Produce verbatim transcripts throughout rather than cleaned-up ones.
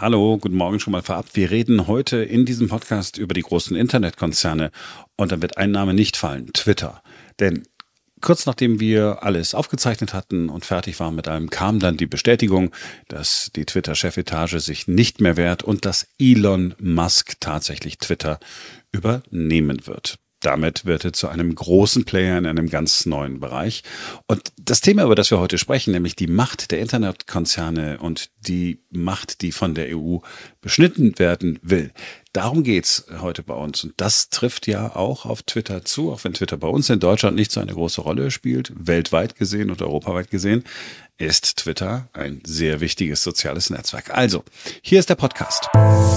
Hallo, guten Morgen schon mal vorab. Wir reden heute in diesem Podcast über die großen Internetkonzerne und dann wird ein Name nicht fallen, Twitter. Denn kurz nachdem wir alles aufgezeichnet hatten und fertig waren mit allem, kam dann die Bestätigung, dass die Twitter-Chefetage sich nicht mehr wehrt und dass Elon Musk tatsächlich Twitter übernehmen wird. Damit wird er zu einem großen Player in einem ganz neuen Bereich. Und das Thema, über das wir heute sprechen, nämlich die Macht der Internetkonzerne und die Macht, die von der E U beschnitten werden will, darum geht's heute bei uns. Und das trifft ja auch auf Twitter zu, auch wenn Twitter bei uns in Deutschland nicht so eine große Rolle spielt, weltweit gesehen und europaweit gesehen, ist Twitter ein sehr wichtiges soziales Netzwerk. Also, hier ist der Podcast.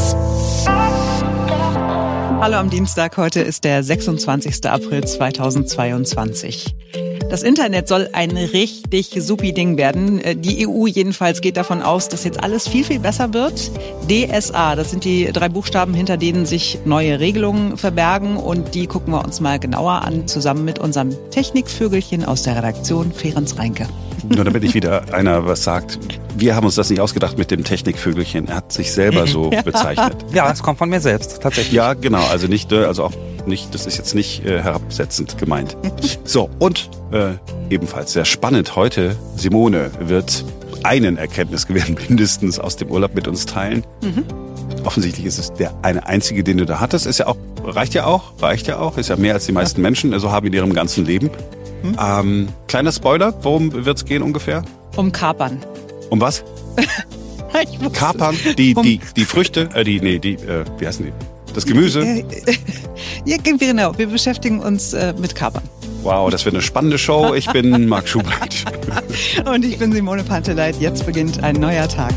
Hallo am Dienstag, heute ist der sechsundzwanzigster April zweitausendzweiundzwanzig. Das Internet soll ein richtig supi Ding werden. Die E U jedenfalls geht davon aus, dass jetzt alles viel, viel besser wird. D S A, das sind die drei Buchstaben, hinter denen sich neue Regelungen verbergen. Und die gucken wir uns mal genauer an, zusammen mit unserem Technikvögelchen aus der Redaktion, Ferenc Reinke. Nur damit nicht wieder einer was sagt, wir haben uns das nicht ausgedacht mit dem Technikvögelchen. Er hat sich selber so bezeichnet. Ja, es kommt von mir selbst, tatsächlich. Ja, genau, also nicht, also auch nicht, das ist jetzt nicht äh, herabsetzend gemeint. So, und äh, ebenfalls sehr spannend heute, Simone wird einen Erkenntnisgewinn mindestens aus dem Urlaub mit uns teilen. Mhm. Offensichtlich ist es der eine einzige, den du da hattest. Ist ja auch, reicht ja auch, reicht ja auch, ist ja mehr als die meisten Menschen, also haben in ihrem ganzen Leben. Mhm. Ähm, kleiner Spoiler, worum wird's gehen ungefähr? Um Kapern. Um was? Kapern, die, die, die Früchte, äh, die, nee, die, äh, wie heißen die? Das Gemüse? Ja, genau. Wir beschäftigen uns äh, mit Kapern. Wow, das wird eine spannende Show. Ich bin Marc Schubert. Und ich bin Simone Panteleit. Jetzt beginnt ein neuer Tag.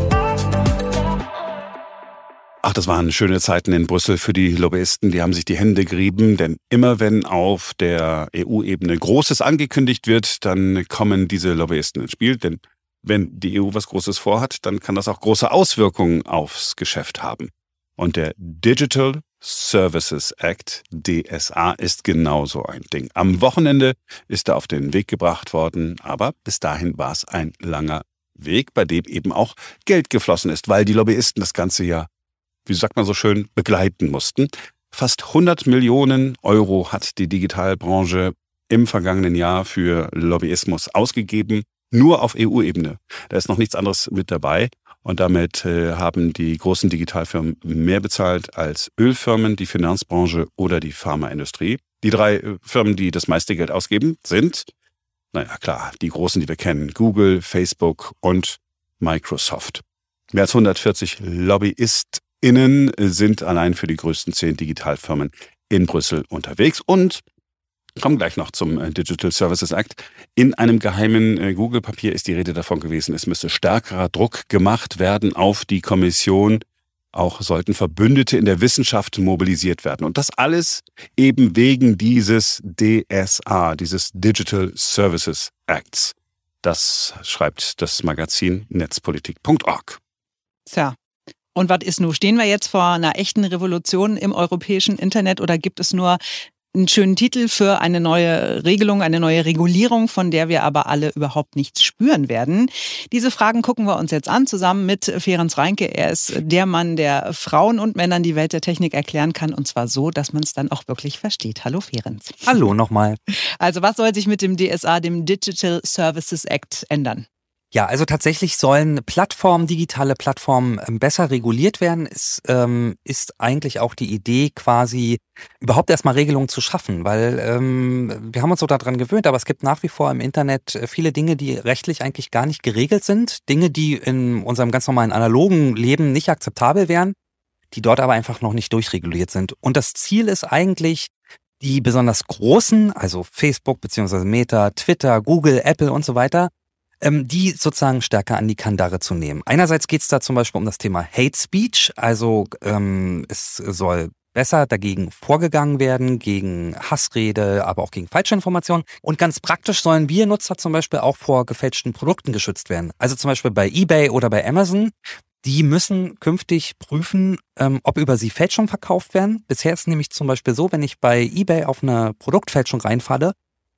Ach, das waren schöne Zeiten in Brüssel für die Lobbyisten. Die haben sich die Hände gerieben, denn immer wenn auf der E U-Ebene Großes angekündigt wird, dann kommen diese Lobbyisten ins Spiel. Denn wenn die E U was Großes vorhat, dann kann das auch große Auswirkungen aufs Geschäft haben. Und der Digital Services Act, D S A, ist genauso ein Ding. Am Wochenende ist er auf den Weg gebracht worden, aber bis dahin war es ein langer Weg, bei dem eben auch Geld geflossen ist, weil die Lobbyisten das Ganze ja, wie sagt man so schön, begleiten mussten. Fast hundert Millionen Euro hat die Digitalbranche im vergangenen Jahr für Lobbyismus ausgegeben, nur auf E U-Ebene. Da ist noch nichts anderes mit dabei. Und damit äh, haben die großen Digitalfirmen mehr bezahlt als Ölfirmen, die Finanzbranche oder die Pharmaindustrie. Die drei äh, Firmen, die das meiste Geld ausgeben, sind, naja klar, die großen, die wir kennen, Google, Facebook und Microsoft. Mehr als hundertvierzig LobbyistInnen sind allein für die größten zehn Digitalfirmen in Brüssel unterwegs und kommen gleich noch zum Digital Services Act. In einem geheimen Google-Papier ist die Rede davon gewesen, es müsse stärkerer Druck gemacht werden auf die Kommission. Auch sollten Verbündete in der Wissenschaft mobilisiert werden. Und das alles eben wegen dieses D S A, dieses Digital Services Acts. Das schreibt das Magazin netzpolitik punkt org. Tja. Und was ist nun? Stehen wir jetzt vor einer echten Revolution im europäischen Internet oder gibt es nur einen schönen Titel für eine neue Regelung, eine neue Regulierung, von der wir aber alle überhaupt nichts spüren werden? Diese Fragen gucken wir uns jetzt an, zusammen mit Ferenc Reinke. Er ist der Mann, der Frauen und Männern die Welt der Technik erklären kann, und zwar so, dass man es dann auch wirklich versteht. Hallo Ferenc. Hallo nochmal. Also was soll sich mit dem D S A, dem Digital Services Act, ändern? Ja, also tatsächlich sollen Plattformen, digitale Plattformen besser reguliert werden. Es ähm, ist eigentlich auch die Idee, quasi überhaupt erstmal Regelungen zu schaffen, weil ähm, wir haben uns so daran gewöhnt, aber es gibt nach wie vor im Internet viele Dinge, die rechtlich eigentlich gar nicht geregelt sind. Dinge, die in unserem ganz normalen analogen Leben nicht akzeptabel wären, die dort aber einfach noch nicht durchreguliert sind. Und das Ziel ist eigentlich, die besonders großen, also Facebook beziehungsweise Meta, Twitter, Google, Apple und so weiter, die sozusagen stärker an die Kandare zu nehmen. Einerseits geht es da zum Beispiel um das Thema Hate Speech, also ähm, es soll besser dagegen vorgegangen werden, gegen Hassrede, aber auch gegen falsche Informationen. Und ganz praktisch sollen wir Nutzer zum Beispiel auch vor gefälschten Produkten geschützt werden. Also zum Beispiel bei eBay oder bei Amazon. Die müssen künftig prüfen, ähm, ob über sie Fälschungen verkauft werden. Bisher ist nämlich zum Beispiel so, wenn ich bei eBay auf eine Produktfälschung reinfalle,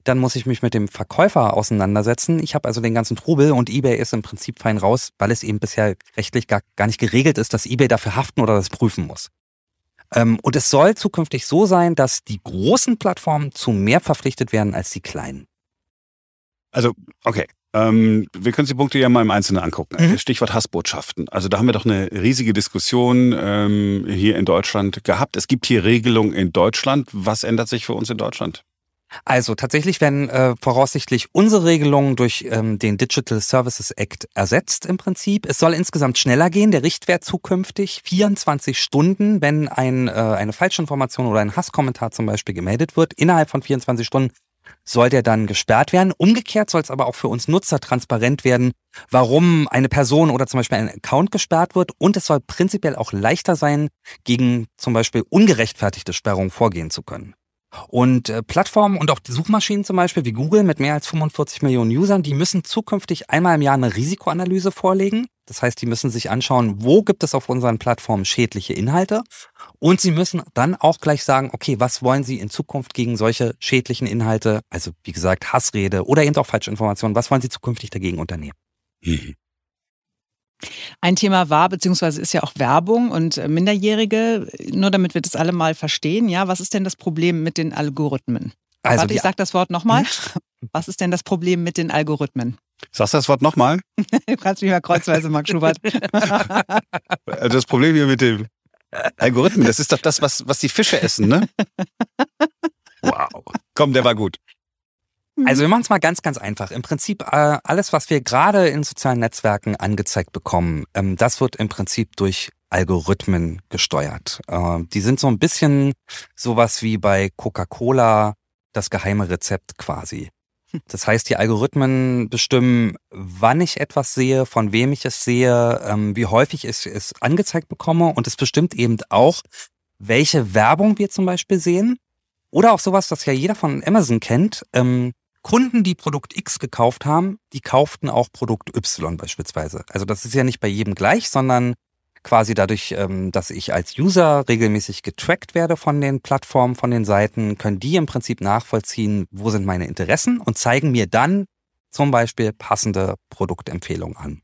Dann muss ich mich mit dem Verkäufer auseinandersetzen. Ich habe also den ganzen Trubel und eBay ist im Prinzip fein raus, weil es eben bisher rechtlich gar, gar nicht geregelt ist, dass eBay dafür haften oder das prüfen muss. Ähm, und es soll zukünftig so sein, dass die großen Plattformen zu mehr verpflichtet werden als die kleinen. Also, okay. Ähm, wir können uns die Punkte ja mal im Einzelnen angucken. Mhm. Stichwort Hassbotschaften. Also da haben wir doch eine riesige Diskussion ähm, hier in Deutschland gehabt. Es gibt hier Regelungen in Deutschland. Was ändert sich für uns in Deutschland? Also tatsächlich werden äh, voraussichtlich unsere Regelungen durch ähm, den Digital Services Act ersetzt im Prinzip. Es soll insgesamt schneller gehen. Der Richtwert zukünftig vierundzwanzig Stunden, wenn ein, äh, eine Falschinformation oder ein Hasskommentar zum Beispiel gemeldet wird. Innerhalb von vierundzwanzig Stunden soll der dann gesperrt werden. Umgekehrt soll es aber auch für uns Nutzer transparent werden, warum eine Person oder zum Beispiel ein Account gesperrt wird. Und es soll prinzipiell auch leichter sein, gegen zum Beispiel ungerechtfertigte Sperrungen vorgehen zu können. Und äh, Plattformen und auch die Suchmaschinen zum Beispiel wie Google mit mehr als fünfundvierzig Millionen Usern, die müssen zukünftig einmal im Jahr eine Risikoanalyse vorlegen. Das heißt, die müssen sich anschauen, wo gibt es auf unseren Plattformen schädliche Inhalte. Und sie müssen dann auch gleich sagen, okay, was wollen sie in Zukunft gegen solche schädlichen Inhalte, also wie gesagt Hassrede oder eben auch Falschinformationen, was wollen sie zukünftig dagegen unternehmen? Mhm. Ein Thema war, beziehungsweise ist ja auch Werbung und Minderjährige, nur damit wir das alle mal verstehen. Ja, was ist denn das Problem mit den Algorithmen? Also Warte, ich sage das Wort nochmal. Was ist denn das Problem mit den Algorithmen? Sagst du das Wort nochmal? Du kannst mich mal kreuzweise, Marc Schubert. Das Problem hier mit dem Algorithmen, das ist doch das, was, was die Fische essen, ne? Wow. Komm, der war gut. Also wir machen es mal ganz, ganz einfach. Im Prinzip äh, alles, was wir gerade in sozialen Netzwerken angezeigt bekommen, ähm, das wird im Prinzip durch Algorithmen gesteuert. Äh, die sind so ein bisschen sowas wie bei Coca-Cola das geheime Rezept quasi. Das heißt, die Algorithmen bestimmen, wann ich etwas sehe, von wem ich es sehe, ähm, wie häufig ich es angezeigt bekomme. Und es bestimmt eben auch, welche Werbung wir zum Beispiel sehen. Oder auch sowas, das ja jeder von Amazon kennt. Ähm, Kunden, die Produkt X gekauft haben, die kauften auch Produkt Y beispielsweise. Also das ist ja nicht bei jedem gleich, sondern quasi dadurch, ähm, dass ich als User regelmäßig getrackt werde von den Plattformen, von den Seiten, können die im Prinzip nachvollziehen, wo sind meine Interessen und zeigen mir dann zum Beispiel passende Produktempfehlungen an.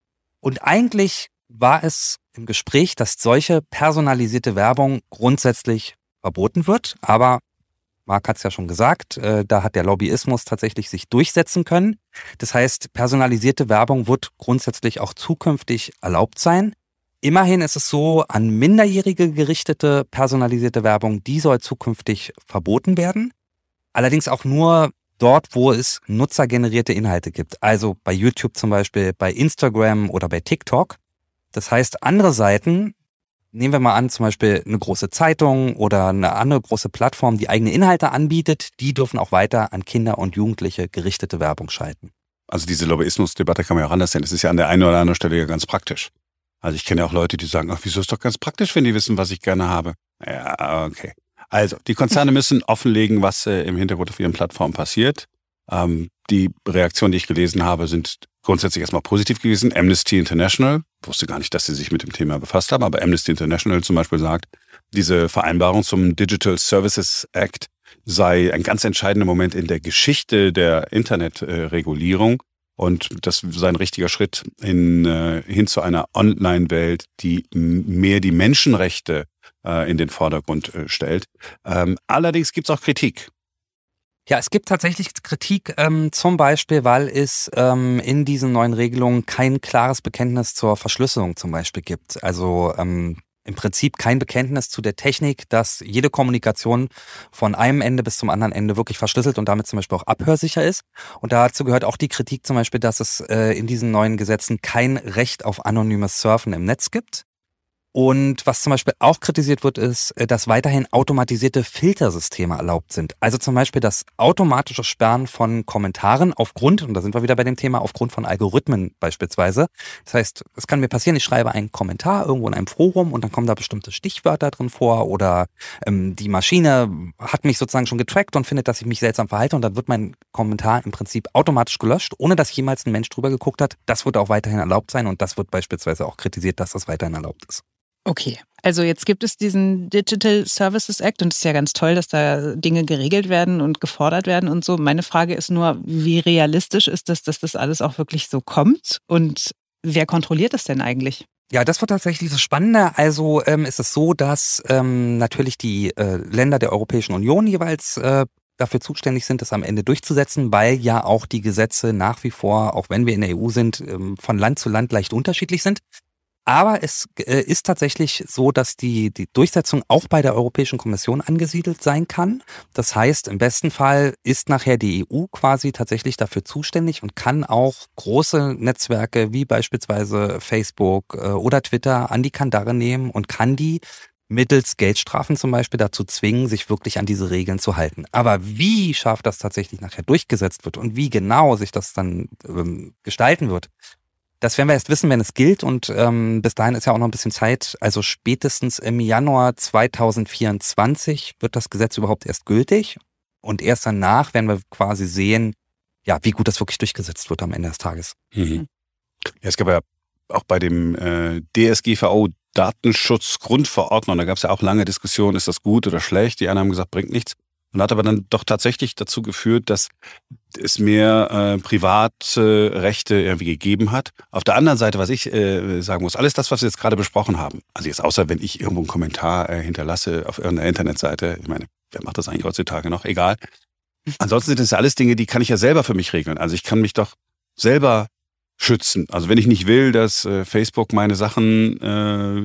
Und eigentlich war es im Gespräch, dass solche personalisierte Werbung grundsätzlich verboten wird, aber Marc hat es ja schon gesagt, äh, da hat der Lobbyismus tatsächlich sich durchsetzen können. Das heißt, personalisierte Werbung wird grundsätzlich auch zukünftig erlaubt sein. Immerhin ist es so, an Minderjährige gerichtete personalisierte Werbung, die soll zukünftig verboten werden. Allerdings auch nur dort, wo es nutzergenerierte Inhalte gibt. Also bei YouTube zum Beispiel, bei Instagram oder bei TikTok. Das heißt, andere Seiten, nehmen wir mal an, zum Beispiel eine große Zeitung oder eine andere große Plattform, die eigene Inhalte anbietet, die dürfen auch weiter an Kinder und Jugendliche gerichtete Werbung schalten. Also diese Lobbyismusdebatte kann man ja auch anders sehen. Das ist ja an der einen oder anderen Stelle ja ganz praktisch. Also ich kenne ja auch Leute, die sagen, ach, wieso ist doch ganz praktisch, wenn die wissen, was ich gerne habe. Ja, okay. Also die Konzerne müssen offenlegen, was äh, im Hintergrund auf ihren Plattformen passiert. Ähm, die Reaktionen, die ich gelesen habe, sind grundsätzlich erstmal positiv gewesen. Amnesty International, wusste gar nicht, dass sie sich mit dem Thema befasst haben, aber Amnesty International zum Beispiel sagt, diese Vereinbarung zum Digital Services Act sei ein ganz entscheidender Moment in der Geschichte der Internetregulierung. Und das sei ein richtiger Schritt in, äh, hin zu einer Online-Welt, die mehr die Menschenrechte äh, in den Vordergrund äh, stellt. Ähm, allerdings gibt es auch Kritik. Ja, es gibt tatsächlich Kritik, ähm, zum Beispiel, weil es ähm, in diesen neuen Regelungen kein klares Bekenntnis zur Verschlüsselung zum Beispiel gibt. Also ähm, im Prinzip kein Bekenntnis zu der Technik, dass jede Kommunikation von einem Ende bis zum anderen Ende wirklich verschlüsselt und damit zum Beispiel auch abhörsicher ist. Und dazu gehört auch die Kritik zum Beispiel, dass es äh, in diesen neuen Gesetzen kein Recht auf anonymes Surfen im Netz gibt. Und was zum Beispiel auch kritisiert wird, ist, dass weiterhin automatisierte Filtersysteme erlaubt sind. Also zum Beispiel das automatische Sperren von Kommentaren aufgrund, und da sind wir wieder bei dem Thema, aufgrund von Algorithmen beispielsweise. Das heißt, es kann mir passieren, ich schreibe einen Kommentar irgendwo in einem Forum und dann kommen da bestimmte Stichwörter drin vor oder ähm, die Maschine hat mich sozusagen schon getrackt und findet, dass ich mich seltsam verhalte und dann wird mein Kommentar im Prinzip automatisch gelöscht, ohne dass jemals ein Mensch drüber geguckt hat. Das wird auch weiterhin erlaubt sein und das wird beispielsweise auch kritisiert, dass das weiterhin erlaubt ist. Okay, also jetzt gibt es diesen Digital Services Act und es ist ja ganz toll, dass da Dinge geregelt werden und gefordert werden und so. Meine Frage ist nur, wie realistisch ist das, dass das alles auch wirklich so kommt und wer kontrolliert das denn eigentlich? Ja, das wird tatsächlich das Spannende. Also ähm, ist es so, dass ähm, natürlich die äh, Länder der Europäischen Union jeweils äh, dafür zuständig sind, das am Ende durchzusetzen, weil ja auch die Gesetze nach wie vor, auch wenn wir in der E U sind, ähm, von Land zu Land leicht unterschiedlich sind. Aber es äh, ist tatsächlich so, dass die, die Durchsetzung auch bei der Europäischen Kommission angesiedelt sein kann. Das heißt, im besten Fall ist nachher die E U quasi tatsächlich dafür zuständig und kann auch große Netzwerke wie beispielsweise Facebook äh, oder Twitter an die Kandare nehmen und kann die mittels Geldstrafen zum Beispiel dazu zwingen, sich wirklich an diese Regeln zu halten. Aber wie scharf das tatsächlich nachher durchgesetzt wird und wie genau sich das dann ähm, gestalten wird, das werden wir erst wissen, wenn es gilt, und ähm, bis dahin ist ja auch noch ein bisschen Zeit. Also spätestens im Januar zweitausendvierundzwanzig wird das Gesetz überhaupt erst gültig und erst danach werden wir quasi sehen, ja, wie gut das wirklich durchgesetzt wird am Ende des Tages. Mhm. Ja, es gab ja auch bei dem äh, D S G V O Datenschutzgrundverordnung, da gab es ja auch lange Diskussionen, ist das gut oder schlecht? Die anderen haben gesagt, bringt nichts. Und hat aber dann doch tatsächlich dazu geführt, dass es mehr äh, private Rechte irgendwie gegeben hat. Auf der anderen Seite, was ich äh, sagen muss, alles das, was wir jetzt gerade besprochen haben, also jetzt außer wenn ich irgendwo einen Kommentar äh, hinterlasse auf irgendeiner Internetseite, ich meine, wer macht das eigentlich heutzutage noch? Egal. Ansonsten sind das ja alles Dinge, die kann ich ja selber für mich regeln. Also ich kann mich doch selber schützen. Also wenn ich nicht will, dass äh, Facebook meine Sachen äh,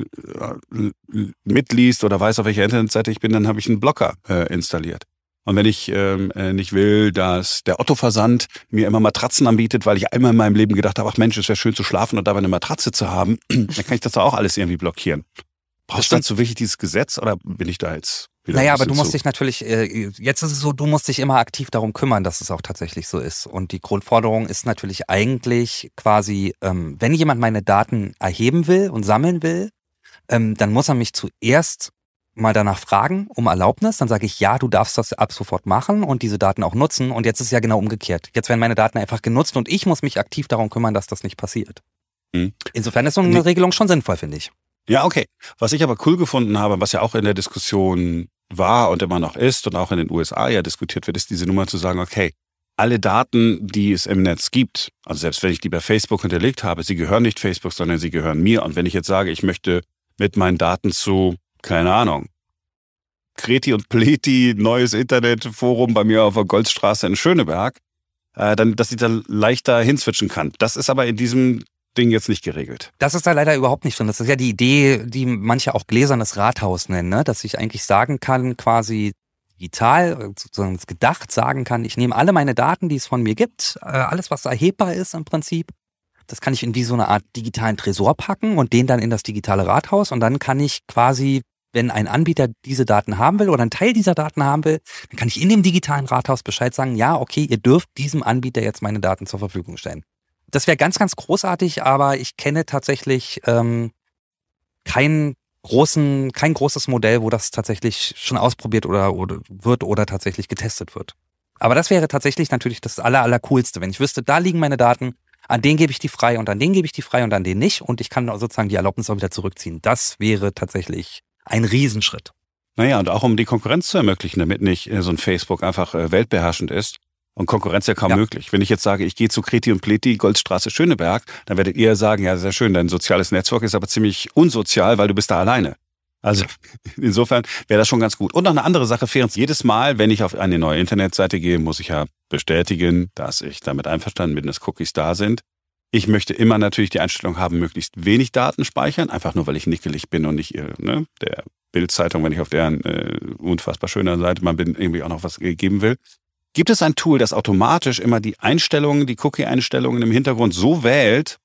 mitliest oder weiß, auf welcher Internetseite ich bin, dann habe ich einen Blocker äh, installiert. Und wenn ich ähm, äh, nicht will, dass der Otto-Versand mir immer Matratzen anbietet, weil ich einmal in meinem Leben gedacht habe, ach Mensch, es wäre schön zu schlafen und dabei eine Matratze zu haben, dann kann ich das doch auch alles irgendwie blockieren. Brauchst du dazu wirklich dieses Gesetz oder bin ich da jetzt wieder Naja, ein aber du bisschen musst zu? dich natürlich, äh, jetzt ist es so, du musst dich immer aktiv darum kümmern, dass es auch tatsächlich so ist. Und die Grundforderung ist natürlich eigentlich quasi, ähm, wenn jemand meine Daten erheben will und sammeln will, ähm, dann muss er mich zuerst mal danach fragen, um Erlaubnis. Dann sage ich, ja, du darfst das ab sofort machen und diese Daten auch nutzen. Und jetzt ist es ja genau umgekehrt. Jetzt werden meine Daten einfach genutzt und ich muss mich aktiv darum kümmern, dass das nicht passiert. Hm. Insofern ist so eine Nee. Regelung schon sinnvoll, finde ich. Ja, okay. Was ich aber cool gefunden habe, was ja auch in der Diskussion war und immer noch ist und auch in den U S A ja diskutiert wird, ist diese Nummer zu sagen, okay, alle Daten, die es im Netz gibt, also selbst wenn ich die bei Facebook hinterlegt habe, sie gehören nicht Facebook, sondern sie gehören mir. Und wenn ich jetzt sage, ich möchte mit meinen Daten zu, keine Ahnung, Kreti und Pleti, neues Internetforum bei mir auf der Goldstraße in Schöneberg, äh, dann, dass ich da leichter hinswitchen kann. Das ist aber in diesem Ding jetzt nicht geregelt. Das ist da leider überhaupt nicht drin. Das ist ja die Idee, die manche auch gläsernes Rathaus nennen, ne? Dass ich eigentlich sagen kann, quasi digital, sozusagen gedacht sagen kann, ich nehme alle meine Daten, die es von mir gibt, alles, was erhebbar ist im Prinzip, das kann ich in wie so eine Art digitalen Tresor packen und den dann in das digitale Rathaus, und dann kann ich quasi, wenn ein Anbieter diese Daten haben will oder einen Teil dieser Daten haben will, dann kann ich in dem digitalen Rathaus Bescheid sagen, ja, okay, ihr dürft diesem Anbieter jetzt meine Daten zur Verfügung stellen. Das wäre ganz, ganz großartig, aber ich kenne tatsächlich ähm, keinen großen, kein großes Modell, wo das tatsächlich schon ausprobiert oder, oder wird oder tatsächlich getestet wird. Aber das wäre tatsächlich natürlich das aller, aller coolste, wenn ich wüsste, da liegen meine Daten, an den gebe ich die frei und an den gebe ich die frei und an den nicht, und ich kann sozusagen die Erlaubnis auch wieder zurückziehen. Das wäre tatsächlich ein Riesenschritt. Naja, und auch um die Konkurrenz zu ermöglichen, damit nicht so ein Facebook einfach weltbeherrschend ist. Und Konkurrenz ja kaum Ja. möglich. Wenn ich jetzt sage, ich gehe zu Kreti und Pleti, Goldstraße, Schöneberg, dann werdet ihr sagen, ja, sehr schön, dein soziales Netzwerk ist aber ziemlich unsozial, weil du bist da alleine. Also insofern wäre das schon ganz gut. Und noch eine andere Sache, Ferenc, jedes Mal, wenn ich auf eine neue Internetseite gehe, muss ich ja bestätigen, dass ich damit einverstanden bin, dass Cookies da sind. Ich möchte immer natürlich die Einstellung haben, möglichst wenig Daten speichern, einfach nur, weil ich nickelig bin und nicht äh, ne, der Bild-Zeitung, wenn ich auf deren äh, unfassbar schöner Seite mal bin, irgendwie auch noch was geben will. Gibt es ein Tool, das automatisch immer die Einstellungen, die Cookie-Einstellungen im Hintergrund so wählt,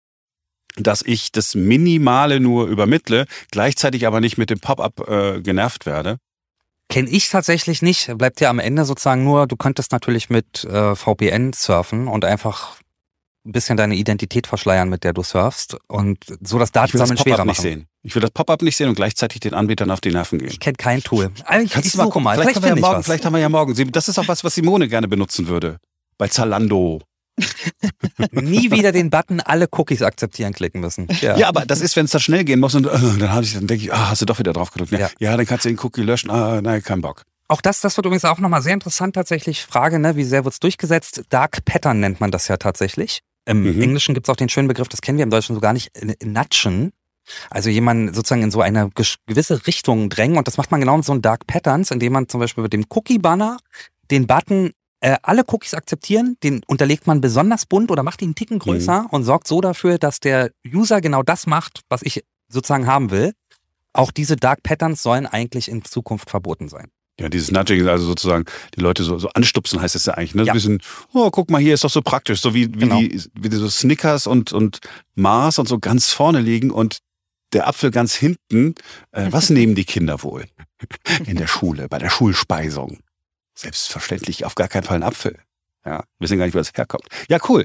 dass ich das Minimale nur übermittle, gleichzeitig aber nicht mit dem Pop-up äh, genervt werde? Kenne ich tatsächlich nicht. Bleibt ja am Ende sozusagen nur, du könntest natürlich mit äh, V P N surfen und einfach ein bisschen deine Identität verschleiern, mit der du surfst, und so das Ich will das Datensammeln schwerer Pop-up nicht machen. sehen. Ich will das Pop-up nicht sehen und gleichzeitig den Anbietern auf die Nerven gehen. Ich kenne kein Tool. Also ich, Kannst ich du mal suche gucken, mal, vielleicht, vielleicht haben wir ja finde ich morgen, was. vielleicht haben wir ja morgen. Sie- Das ist auch was, was Simone gerne benutzen würde. Bei Zalando. Nie wieder den Button alle Cookies akzeptieren klicken müssen. Ja, ja, aber das ist, wenn es da schnell gehen muss und äh, dann, hab ich, dann denke ich, ah, hast du doch wieder drauf gedrückt. Ja, ja. ja, dann kannst du den Cookie löschen. Ah, nein, kein Bock. Auch das, das wird übrigens auch nochmal sehr interessant tatsächlich. Frage, ne, wie sehr wird es durchgesetzt? Dark Pattern nennt man das ja tatsächlich. Im mhm. Englischen gibt es auch den schönen Begriff, das kennen wir im Deutschen so gar nicht, Nudgen. Also jemanden sozusagen in so eine gewisse Richtung drängen. Und das macht man genau mit so einem Dark Patterns, indem man zum Beispiel mit dem Cookie-Banner den Button äh, alle Cookies akzeptieren, den unterlegt man besonders bunt oder macht ihn einen Ticken größer mhm. und sorgt so dafür, dass der User genau das macht, was ich sozusagen haben will. Auch diese Dark Patterns sollen eigentlich in Zukunft verboten sein. Ja, dieses Nudging, also sozusagen die Leute so, so anstupsen, heißt es ja eigentlich. Ne? Ja. Ein bisschen, oh, guck mal, hier ist doch so praktisch, so wie, wie, genau. die, wie die so Snickers und, und Mars und so ganz vorne liegen und der Apfel ganz hinten. Äh, was nehmen die Kinder wohl in der Schule, bei der Schulspeisung? Selbstverständlich auf gar keinen Fall ein Apfel. Ja, wissen gar nicht, wo das herkommt. Ja, cool.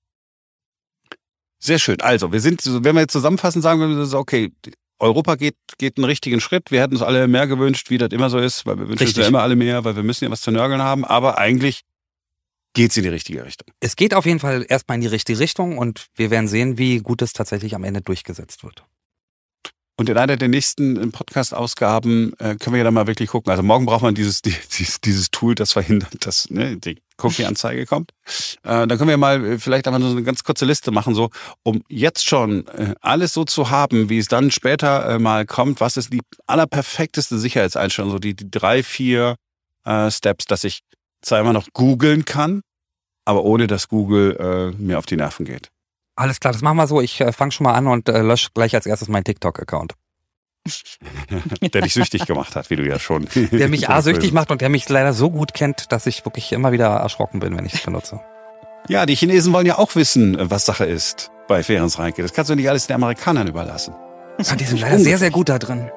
Sehr schön. Also, wir sind, wenn wir jetzt zusammenfassen, sagen wir so, okay, Europa geht, geht einen richtigen Schritt. Wir hätten uns alle mehr gewünscht, wie das immer so ist, weil wir wünschen uns ja immer alle mehr, weil wir müssen ja was zu nörgeln haben. Aber eigentlich geht es in die richtige Richtung. Es geht auf jeden Fall erstmal in die richtige Richtung und wir werden sehen, wie gut es tatsächlich am Ende durchgesetzt wird. Und in einer der nächsten Podcast-Ausgaben äh, können wir ja dann mal wirklich gucken. Also morgen braucht man dieses, dieses, dieses Tool, das verhindert, dass ne, die Cookie-Anzeige kommt. Äh, dann können wir mal vielleicht einfach nur so eine ganz kurze Liste machen, so um jetzt schon äh, alles so zu haben, wie es dann später äh, mal kommt. Was ist die allerperfekteste Sicherheitseinstellung? So die, die drei, vier äh, Steps, dass ich zwar immer noch googeln kann, aber ohne dass Google äh, mir auf die Nerven geht. Alles klar, das machen wir so. Ich äh, fange schon mal an und äh, lösche gleich als erstes meinen TikTok-Account. Der dich süchtig gemacht hat, wie du ja schon. Der mich A süchtig macht und der mich leider so gut kennt, dass ich wirklich immer wieder erschrocken bin, wenn ich es benutze. Ja, die Chinesen wollen ja auch wissen, was Sache ist bei Ferenc Reinke. Das kannst du nicht alles den Amerikanern überlassen. Ja, die sind leider sehr, sehr gut da drin.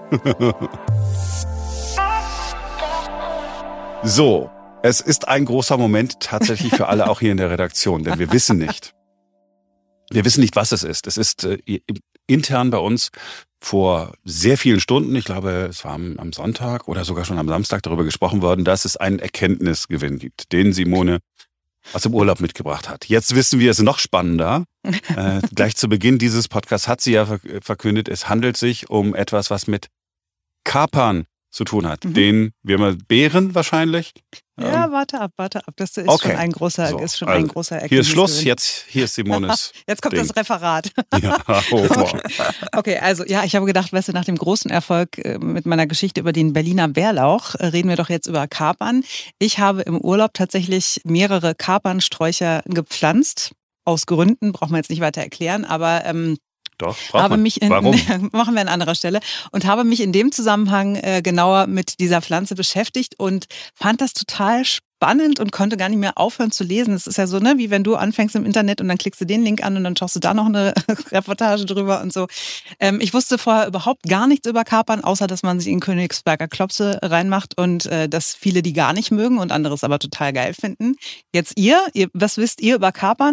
So, es ist ein großer Moment tatsächlich für alle, auch hier in der Redaktion, denn wir wissen nicht. Wir wissen nicht, was es ist. Es ist äh, intern bei uns vor sehr vielen Stunden, ich glaube, es war am, am Sonntag oder sogar schon am Samstag darüber gesprochen worden, dass es einen Erkenntnisgewinn gibt, den Simone aus dem Urlaub mitgebracht hat. Jetzt wissen wir es noch spannender. äh, gleich zu Beginn dieses Podcasts hat sie ja verkündet, es handelt sich um etwas, was mit Kapern zu tun hat. Mhm. Den wir mal Bären wahrscheinlich. Ja, ähm, warte ab, warte ab. Das ist okay. schon ein großer, so, ist schon also, ein großer Erkenntnis. Hier ist Schluss, jetzt hier ist Simones. Jetzt kommt Ding. Das Referat. Ja, oh, wow. okay. okay, also ja, ich habe gedacht, weißt du, nach dem großen Erfolg mit meiner Geschichte über den Berliner Bärlauch reden wir doch jetzt über Kapern. Ich habe im Urlaub tatsächlich mehrere Kapernsträucher gepflanzt. Aus Gründen, braucht man jetzt nicht weiter erklären, aber ähm, Doch, habe man. mich in, Warum? machen wir an anderer Stelle und habe mich in dem Zusammenhang äh, genauer mit dieser Pflanze beschäftigt und fand das total spannend und konnte gar nicht mehr aufhören zu lesen. Es ist ja so, ne, wie wenn du anfängst im Internet und dann klickst du den Link an und dann schaust du da noch eine Reportage drüber und so. Ähm, ich wusste vorher überhaupt gar nichts über Kapern, außer dass man sie in Königsberger Klopse reinmacht und äh, dass viele die gar nicht mögen und andere es aber total geil finden. Jetzt ihr, ihr was wisst ihr über Kapern?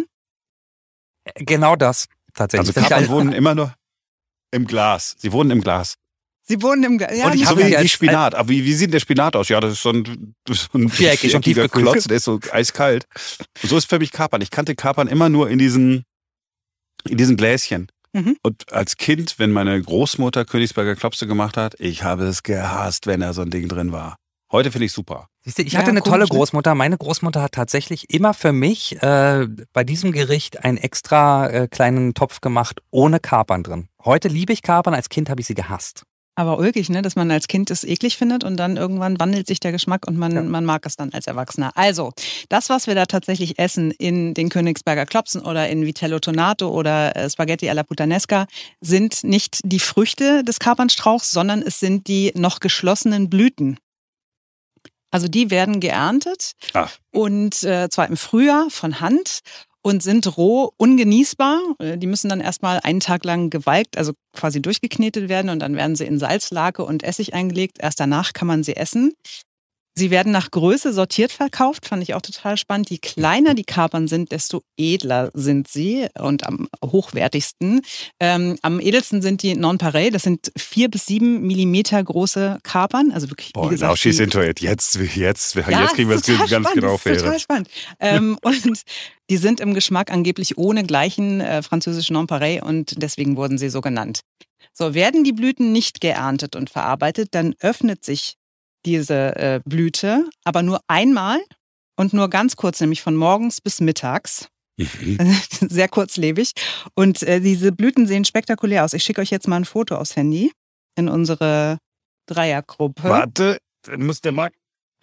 Genau das. Tatsächlich. Also Kapern wohnen immer nur im Glas. Sie wohnen im Glas. Sie wohnen im Glas. Ja, und ich so wie, wie Spinat. Aber wie, wie sieht der Spinat aus? Ja, das ist so ein, so ein viereckig und tiefgekühlt. Klotz, der ist so eiskalt. Und so ist für mich Kapern. Ich kannte Kapern immer nur in diesen, in diesen Gläschen. Mhm. Und als Kind, wenn meine Großmutter Königsberger Klopse gemacht hat, ich habe es gehasst, wenn da so ein Ding drin war. Heute finde ich super. Siehst du, ich hatte ja, eine komisch, tolle Großmutter. Meine Großmutter hat tatsächlich immer für mich äh, bei diesem Gericht einen extra äh, kleinen Topf gemacht, ohne Kapern drin. Heute liebe ich Kapern, als Kind habe ich sie gehasst. Aber ulkig, ne, dass man als Kind es eklig findet und dann irgendwann wandelt sich der Geschmack und man, ja. man mag es dann als Erwachsener. Also, das, was wir da tatsächlich essen in den Königsberger Klopsen oder in Vitello Tonato oder äh, Spaghetti alla Puttanesca, sind nicht die Früchte des Kapernstrauchs, sondern es sind die noch geschlossenen Blüten. Also die werden geerntet Ach. und äh, zwar im Frühjahr von Hand und sind roh ungenießbar. Die müssen dann erstmal einen Tag lang gewalkt, also quasi durchgeknetet werden und dann werden sie in Salzlake und Essig eingelegt. Erst danach kann man sie essen. Sie werden nach Größe sortiert verkauft, fand ich auch total spannend. Je kleiner die Kapern sind, desto edler sind sie und am hochwertigsten. Ähm, am edelsten sind die Nonpareil, das sind vier bis sieben Millimeter große Kapern. Also wirklich, Boah, wie gesagt, now she's die, into it. Jetzt, jetzt, ja, jetzt kriegen wir es ganz spannend, genau das ist total fair. spannend. ähm, und die sind im Geschmack angeblich ohne gleichen äh, französischen Nonpareil und deswegen wurden sie so genannt. So, werden die Blüten nicht geerntet und verarbeitet, dann öffnet sich diese äh, Blüte, aber nur einmal und nur ganz kurz, nämlich von morgens bis mittags. Mhm. Sehr kurzlebig. Und äh, diese Blüten sehen spektakulär aus. Ich schicke euch jetzt mal ein Foto aufs Handy in unsere Dreiergruppe. Warte, dann muss der Marc.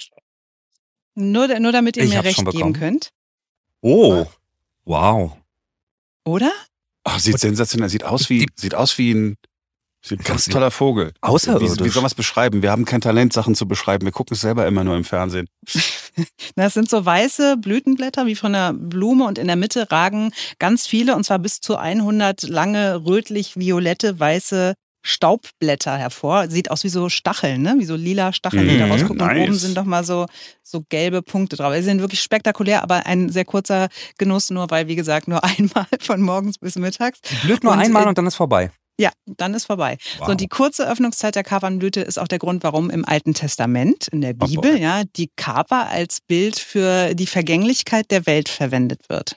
Nur, nur damit ihr Ich mir hab's recht schon geben bekommen. könnt. Oh, Wow. Oder? oh, sieht sensationell. Sieht aus wie, sieht aus wie ein, sieht ein ganz toller Vogel. Außerirdisch. Wie, wie soll man es beschreiben? Wir haben kein Talent, Sachen zu beschreiben. Wir gucken es selber immer nur im Fernsehen. Das sind so weiße Blütenblätter wie von einer Blume und in der Mitte ragen ganz viele, und zwar bis zu hundert lange, rötlich-violette, weiße Staubblätter hervor. Sieht aus wie so Stacheln, ne? Wie so lila Stacheln, die da Mhm, rausgucken. Und nice. oben sind doch mal so, so gelbe Punkte drauf. Sie sind wirklich spektakulär, aber ein sehr kurzer Genuss, nur weil, wie gesagt, nur einmal von morgens bis mittags. Blüht nur Und, einmal äh, und dann ist vorbei. Ja, dann ist vorbei. Wow. So, und die kurze Öffnungszeit der Kapernblüte ist auch der Grund, warum im Alten Testament, in der Oh Bibel, boy. ja, die Kaper als Bild für die Vergänglichkeit der Welt verwendet wird.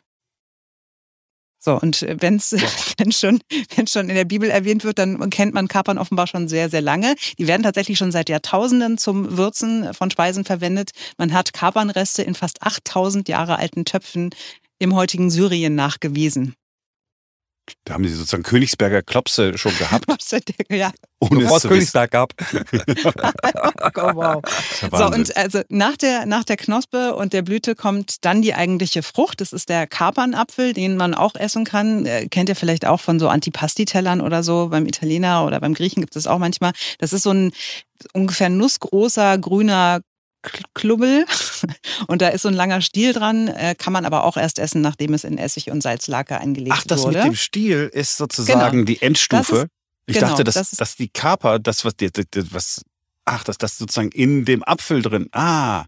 So, und wenn's, wenn schon, wenn schon in der Bibel erwähnt wird, dann kennt man Kapern offenbar schon sehr, sehr lange. Die werden tatsächlich schon seit Jahrtausenden zum Würzen von Speisen verwendet. Man hat Kapernreste in fast achttausend Jahre alten Töpfen im heutigen Syrien nachgewiesen. Da haben sie sozusagen Königsberger Klopse schon gehabt. Ja. Ohne Bevor es es zu wissen. Königsberg gab. Oh, wow. Das ist ja So, Wahnsinn. und also nach der, nach der Knospe und der Blüte kommt dann die eigentliche Frucht. Das ist der Kapernapfel, den man auch essen kann. Äh, kennt ihr vielleicht auch von so Antipasti-Tellern oder so. Beim Italiener oder beim Griechen gibt es auch manchmal. Das ist so ein ungefähr nussgroßer, grüner K- Klubbel. Und da ist so ein langer Stiel dran. Äh, kann man aber auch erst essen, nachdem es in Essig und Salzlake eingelegt Ach, das wurde. mit dem Stiel ist sozusagen Genau. die Endstufe. Das ist- ich genau, dachte, dass, das ist- dass die Kaper, das, was, die- die- die- was, ach, dass das sozusagen in dem Apfel drin, ah,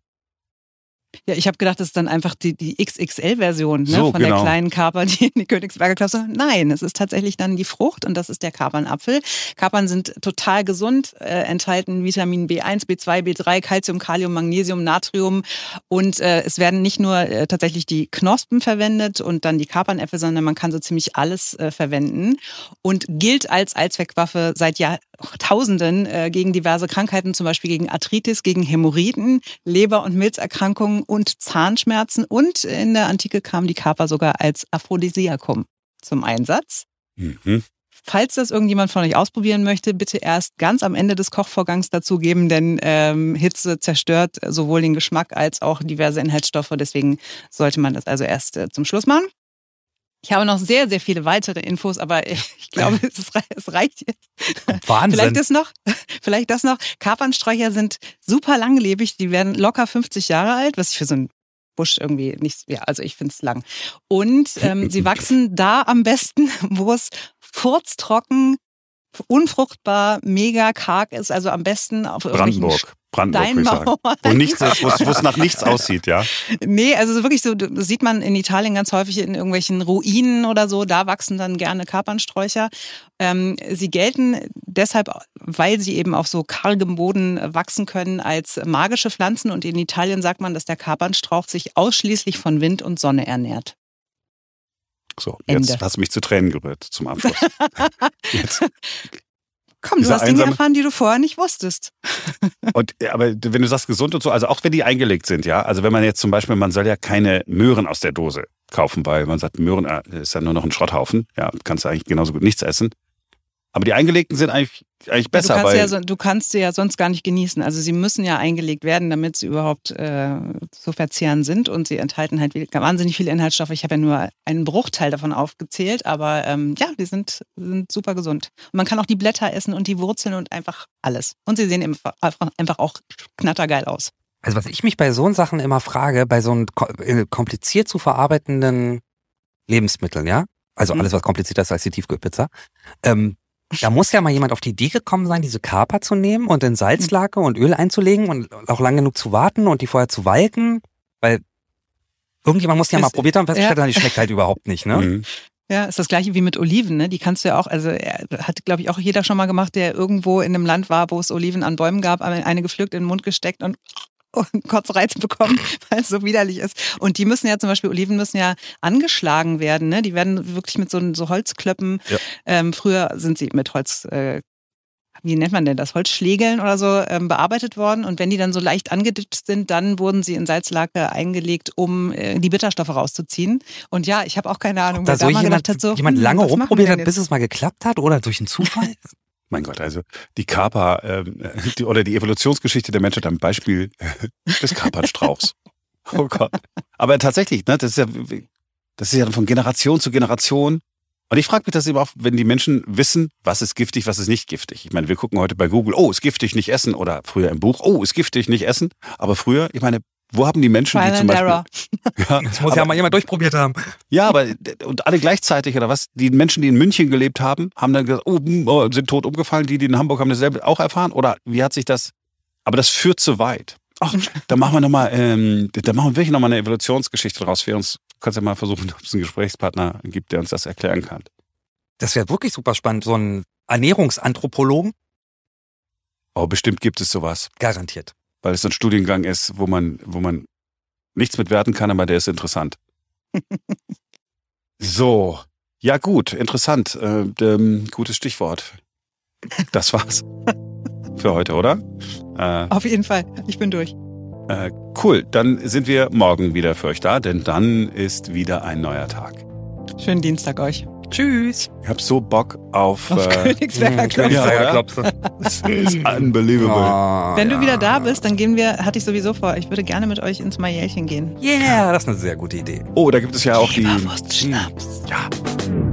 Ja, ich habe gedacht, das ist dann einfach die, die X X L-Version, ne, So, von genau. der kleinen Kaper, die in die Königsberger Klasse. Nein, es ist tatsächlich dann die Frucht und das ist der Kapernapfel. Kapern sind total gesund, äh, enthalten Vitamin B eins, B zwei, B drei, Calcium, Kalium, Magnesium, Natrium und äh, es werden nicht nur äh, tatsächlich die Knospen verwendet und dann die Kapernäpfel, sondern man kann so ziemlich alles äh, verwenden und gilt als Allzweckwaffe seit Jahrtausenden äh, gegen diverse Krankheiten, zum Beispiel gegen Arthritis, gegen Hämorrhoiden, Leber- und Milzerkrankungen und Zahnschmerzen. Und in der Antike kam die Kaper sogar als Aphrodisiakum zum Einsatz. mhm. Falls das irgendjemand von euch ausprobieren möchte, bitte erst ganz am Ende des Kochvorgangs dazugeben, denn ähm, Hitze zerstört sowohl den Geschmack als auch diverse Inhaltsstoffe. Deswegen sollte man das also erst äh, zum Schluss machen. Ich habe noch sehr, sehr viele weitere Infos, aber ich glaube, es rei- es reicht jetzt. Wahnsinn. Vielleicht das noch, vielleicht das noch. Kapernsträucher sind super langlebig, die werden locker fünfzig Jahre alt, was ich für so einen Busch irgendwie nicht, ja, also ich finde es lang. Und ähm, sie wachsen da am besten, wo es furztrocken, unfruchtbar, mega karg ist, also am besten auf irgendwelchen Brandenburg. Brandenburg, würde ich sagen. Steinmauern. Wo nichts ist, wo es- wo es nach nichts aussieht, ja. Nee, also so wirklich so, das sieht man in Italien ganz häufig in irgendwelchen Ruinen oder so, da wachsen dann gerne Kapernsträucher. Ähm, sie gelten deshalb, weil sie eben auf so kargem Boden wachsen können, als magische Pflanzen und in Italien sagt man, dass der Kapernstrauch sich ausschließlich von Wind und Sonne ernährt. So, Ende. jetzt hast du mich zu Tränen gerührt zum Abschluss. Jetzt. Komm, du Dieser hast Dinge einsame- erfahren, die du vorher nicht wusstest. Und, ja, aber wenn du sagst gesund und so, also auch wenn die eingelegt sind, ja, also wenn man jetzt zum Beispiel, man soll ja keine Möhren aus der Dose kaufen, weil man sagt, Möhren äh, ist ja nur noch ein Schrotthaufen, ja, kannst du eigentlich genauso gut nichts essen. Aber die eingelegten sind eigentlich, eigentlich besser, du, kannst weil ja, so- du kannst sie ja sonst gar nicht genießen. Also sie müssen ja eingelegt werden, damit sie überhaupt äh, zu verzehren sind. Und sie enthalten halt wahnsinnig viele Inhaltsstoffe. Ich habe ja nur einen Bruchteil davon aufgezählt. Aber ähm, ja, die sind, sind super gesund. Und man kann auch die Blätter essen und die Wurzeln und einfach alles. Und sie sehen einfach, einfach auch knattergeil aus. Also was ich mich bei so Sachen immer frage, bei so ko- äh, kompliziert zu verarbeitenden Lebensmitteln, ja, also Mhm. alles, was komplizierter ist als die Tiefkühlpizza, ähm, Da muss ja mal jemand auf die Idee gekommen sein, diese Kaper zu nehmen und in Salzlake und Öl einzulegen und auch lang genug zu warten und die vorher zu walken, weil irgendjemand muss ja mal Ist- probiert haben, festgestellt ja. haben, die schmeckt halt überhaupt nicht, ne? Mhm. Ja, ist das gleiche wie mit Oliven, ne? Die kannst du ja auch, also äh, hat, glaube ich, auch jeder schon mal gemacht, der irgendwo in einem Land war, wo es Oliven an Bäumen gab, eine gepflückt, in den Mund gesteckt und und Kotzreiz bekommen, weil es so widerlich ist. Und die müssen ja zum Beispiel, Oliven müssen ja angeschlagen werden, ne? Die werden wirklich mit so, so Holzklöppen, Ja. ähm, früher sind sie mit Holz, äh, wie nennt man denn das, Holzschlägeln oder so ähm, bearbeitet worden. Und wenn die dann so leicht angeditscht sind, dann wurden sie in Salzlake eingelegt, um äh, die Bitterstoffe rauszuziehen. Und ja, ich habe auch keine Ahnung, Da wer so da mal jemand, gedacht hat, so, jemand hm, lange was machen wir rumprobiert denn hat, bis es mal geklappt hat oder durch einen Zufall? Mein Gott, also die Kaper ähm, die, oder die Evolutionsgeschichte der Menschheit am Beispiel des Kapernstrauchs. Oh Gott. Aber tatsächlich, ne, das ist ja, das ist ja von Generation zu Generation. Und ich frage mich das eben auch, wenn die Menschen wissen, was ist giftig, was ist nicht giftig. Ich meine, wir gucken heute bei Google, oh, ist giftig, nicht essen. Oder früher im Buch, oh, ist giftig, nicht essen. Aber früher, ich meine, wo haben die Menschen, Trial die zum and Beispiel... Error. Ja, Das muss aber, ja mal jemand durchprobiert haben. ja, aber und alle gleichzeitig oder was? Die Menschen, die in München gelebt haben, haben dann gesagt, oh, oh, sind tot umgefallen. Die, die in Hamburg haben dasselbe auch erfahren. Oder wie hat sich das... Aber das führt zu weit. Ach, da machen wir nochmal, ähm, da machen wir wirklich nochmal eine Evolutionsgeschichte draus. Wir uns, kannst ja mal versuchen, ob es einen Gesprächspartner gibt, der uns das erklären kann. Das wäre wirklich super spannend, so ein Ernährungsanthropologen, Oh, bestimmt gibt es sowas. garantiert. Weil es ein Studiengang ist, wo man, wo man nichts mit werten kann, aber der ist interessant. So, ja gut, interessant. Äh, ähm, gutes Stichwort. Das war's für heute, oder? Äh, Auf jeden Fall, ich bin durch. äh, cool, dann sind wir morgen wieder für euch da, denn dann ist wieder ein neuer Tag. Schönen Dienstag euch. Tschüss. Ich hab so Bock auf... Auf äh, Königsberger Hm, Klopfer. Ja, oder? Klopse. Das ist unbelievable. Oh, Wenn ja. du wieder da bist, dann gehen wir, hatte ich sowieso vor, ich würde gerne mit euch ins Majälchen gehen. Yeah, das ist eine sehr gute Idee. Oh, da gibt es ja auch die... Leberwurst-Schnaps. Ja.